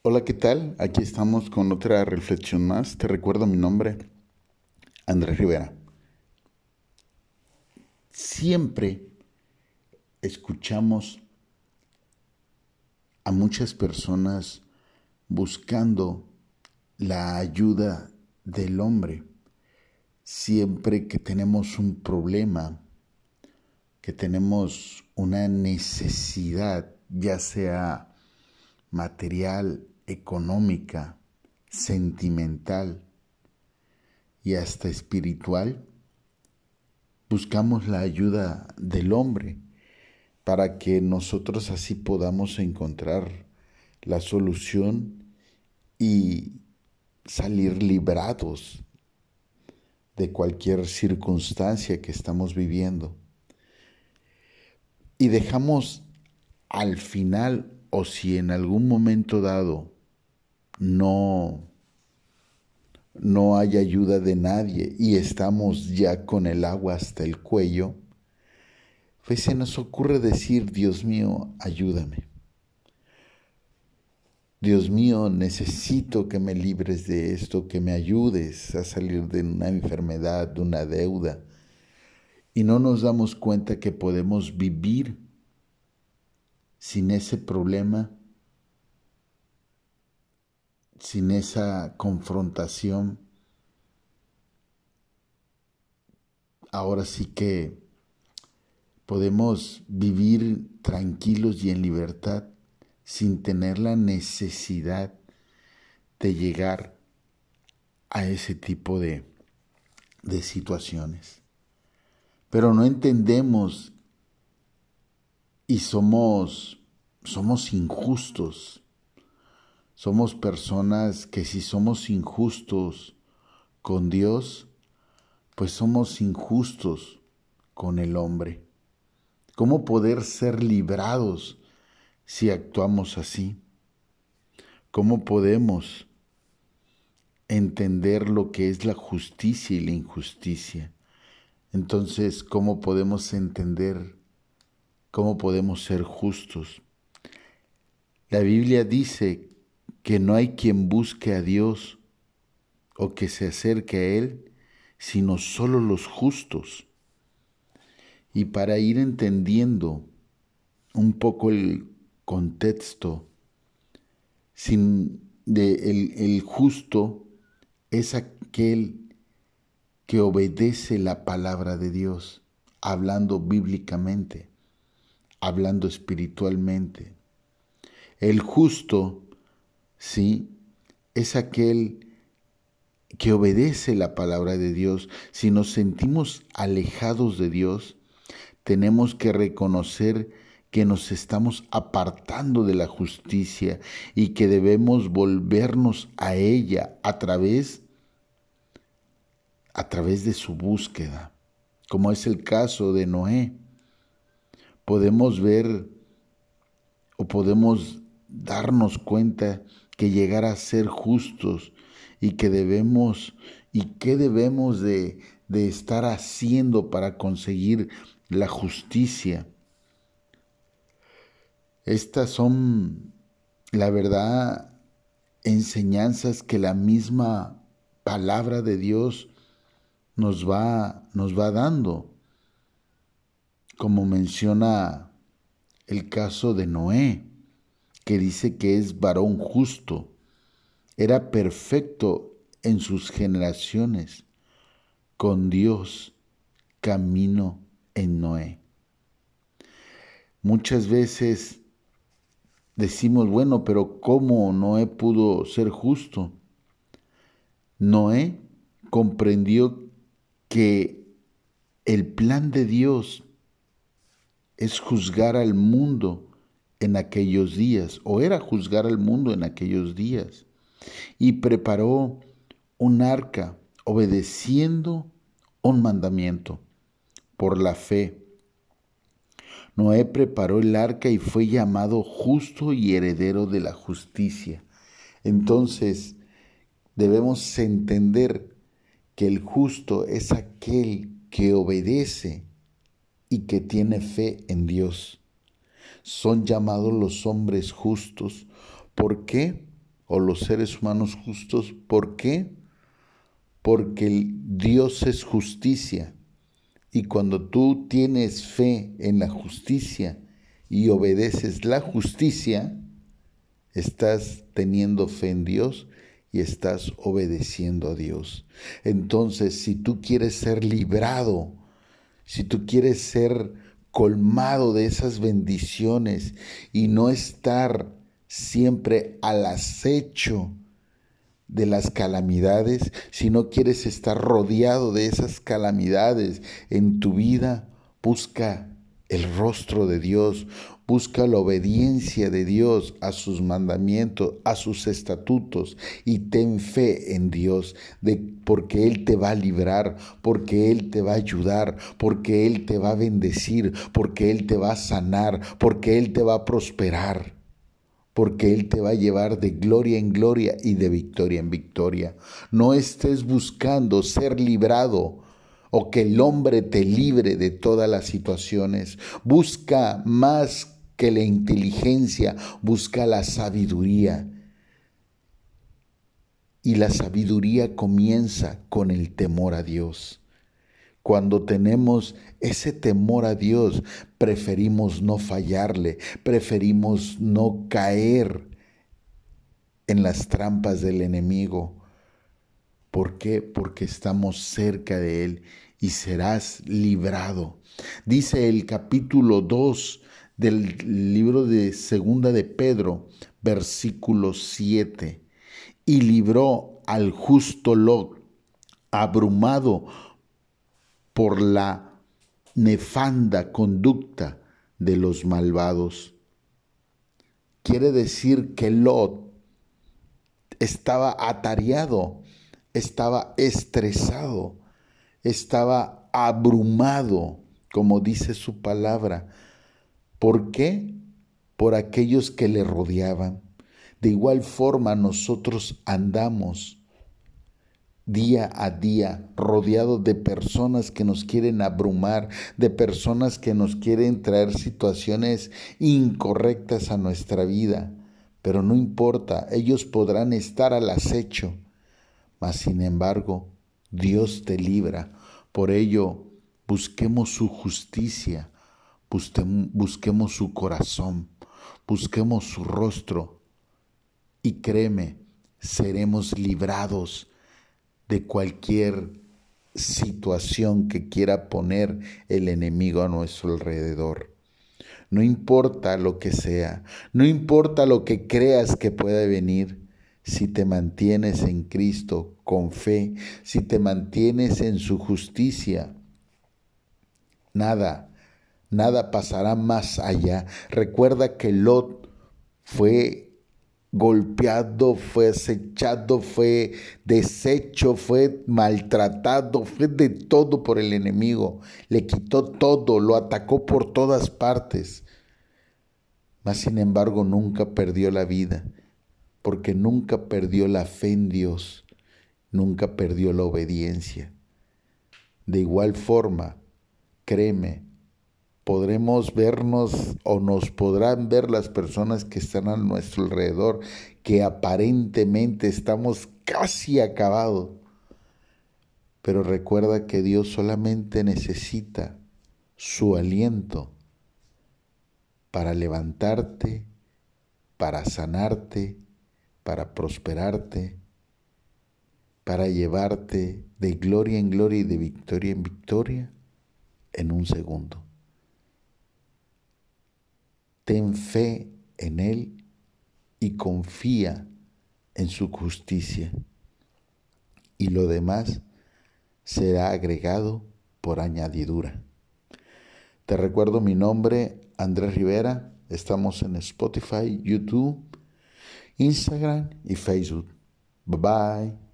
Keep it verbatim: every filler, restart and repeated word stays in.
Hola, ¿qué tal? Aquí estamos con otra reflexión más. Te recuerdo mi nombre, Andrés Rivera. Siempre escuchamos a muchas personas buscando la ayuda del hombre. Siempre que tenemos un problema, que tenemos una necesidad, ya sea material, económica, sentimental y hasta espiritual, buscamos la ayuda del hombre para que nosotros así podamos encontrar la solución y salir librados de cualquier circunstancia que estamos viviendo. Y dejamos al final, o si en algún momento dado no, no hay ayuda de nadie y estamos ya con el agua hasta el cuello, pues se nos ocurre decir: Dios mío, ayúdame. Dios mío, necesito que me libres de esto, que me ayudes a salir de una enfermedad, de una deuda. Y no nos damos cuenta que podemos vivir sin ese problema, sin esa confrontación. Ahora sí que podemos vivir tranquilos y en libertad sin tener la necesidad de llegar a ese tipo de, de situaciones. Pero no entendemos y somos, somos injustos. Somos personas que si somos injustos con Dios, pues somos injustos con el hombre. ¿Cómo poder ser librados si actuamos así? ¿Cómo podemos entender lo que es la justicia y la injusticia? Entonces, ¿cómo podemos entender, cómo podemos ser justos? La Biblia dice que no hay quien busque a Dios o que se acerque a Él, sino solo los justos. Y para ir entendiendo un poco el contexto, sin de el, el justo es aquel que obedece la palabra de Dios, hablando bíblicamente, hablando espiritualmente. El justo, sí, es aquel que obedece la palabra de Dios. Si nos sentimos alejados de Dios, tenemos que reconocer que nos estamos apartando de la justicia y que debemos volvernos a ella a través, a través de su búsqueda, como es el caso de Noé. Podemos ver o podemos darnos cuenta que llegar a ser justos y que debemos y qué debemos de, de estar haciendo para conseguir la justicia. Estas son, la verdad, enseñanzas que la misma palabra de Dios nos va, nos va dando, como menciona el caso de Noé, que dice que es varón justo, era perfecto en sus generaciones, con Dios camino en Noé. Muchas veces decimos, bueno, pero ¿cómo Noé pudo ser justo? Noé comprendió que el plan de Dios es juzgar al mundo en aquellos días, o era juzgar al mundo en aquellos días, y preparó un arca obedeciendo un mandamiento por la fe. Noé preparó el arca y fue llamado justo y heredero de la justicia. Entonces, debemos entender que el justo es aquel que obedece y que tiene fe en Dios. Son llamados los hombres justos. ¿Por qué? o los seres humanos justos. ¿Por qué? Porque el Dios es justicia. Y cuando tú tienes fe en la justicia y obedeces la justicia, estás teniendo fe en Dios y estás obedeciendo a Dios. Entonces, si tú quieres ser librado, si tú quieres ser colmado de esas bendiciones y no estar siempre al acecho de las calamidades, si no quieres estar rodeado de esas calamidades en tu vida, busca el rostro de Dios, busca la obediencia de Dios a sus mandamientos, a sus estatutos, y ten fe en Dios, de, porque Él te va a librar, porque Él te va a ayudar, porque Él te va a bendecir, porque Él te va a sanar, porque Él te va a prosperar. Porque Él te va a llevar de gloria en gloria y de victoria en victoria. No estés buscando ser librado o que el hombre te libre de todas las situaciones. Busca más que la inteligencia, busca la sabiduría. Y la sabiduría comienza con el temor a Dios. Cuando tenemos ese temor a Dios, preferimos no fallarle, preferimos no caer en las trampas del enemigo. ¿Por qué? Porque estamos cerca de Él y serás librado. Dice el capítulo dos del libro de Segunda de Pedro, versículo siete. Y libró al justo Lot, abrumado por la nefanda conducta de los malvados. Quiere decir que Lot estaba atareado, estaba estresado, estaba abrumado, como dice su palabra. ¿Por qué? Por aquellos que le rodeaban. De igual forma nosotros andamos día a día, rodeados de personas que nos quieren abrumar, de personas que nos quieren traer situaciones incorrectas a nuestra vida. Pero no importa, ellos podrán estar al acecho, mas sin embargo, Dios te libra. Por ello, busquemos su justicia, busquemos su corazón, busquemos su rostro, y créeme, seremos librados de cualquier situación que quiera poner el enemigo a nuestro alrededor. No importa lo que sea, no importa lo que creas que pueda venir, si te mantienes en Cristo con fe, si te mantienes en su justicia, nada, nada pasará más allá. Recuerda que Lot fue golpeado, fue acechado, fue deshecho, fue maltratado, fue de todo por el enemigo. Le quitó todo, lo atacó por todas partes. Mas sin embargo nunca perdió la vida, porque nunca perdió la fe en Dios, nunca perdió la obediencia. De igual forma, créeme, podremos vernos o nos podrán ver las personas que están a nuestro alrededor, que aparentemente estamos casi acabados. Pero recuerda que Dios solamente necesita su aliento para levantarte, para sanarte, para prosperarte, para llevarte de gloria en gloria y de victoria en victoria en un segundo. Ten fe en Él y confía en su justicia, y lo demás será agregado por añadidura. Te recuerdo mi nombre, Andrés Rivera. Estamos en Spotify, YouTube, Instagram y Facebook. Bye bye.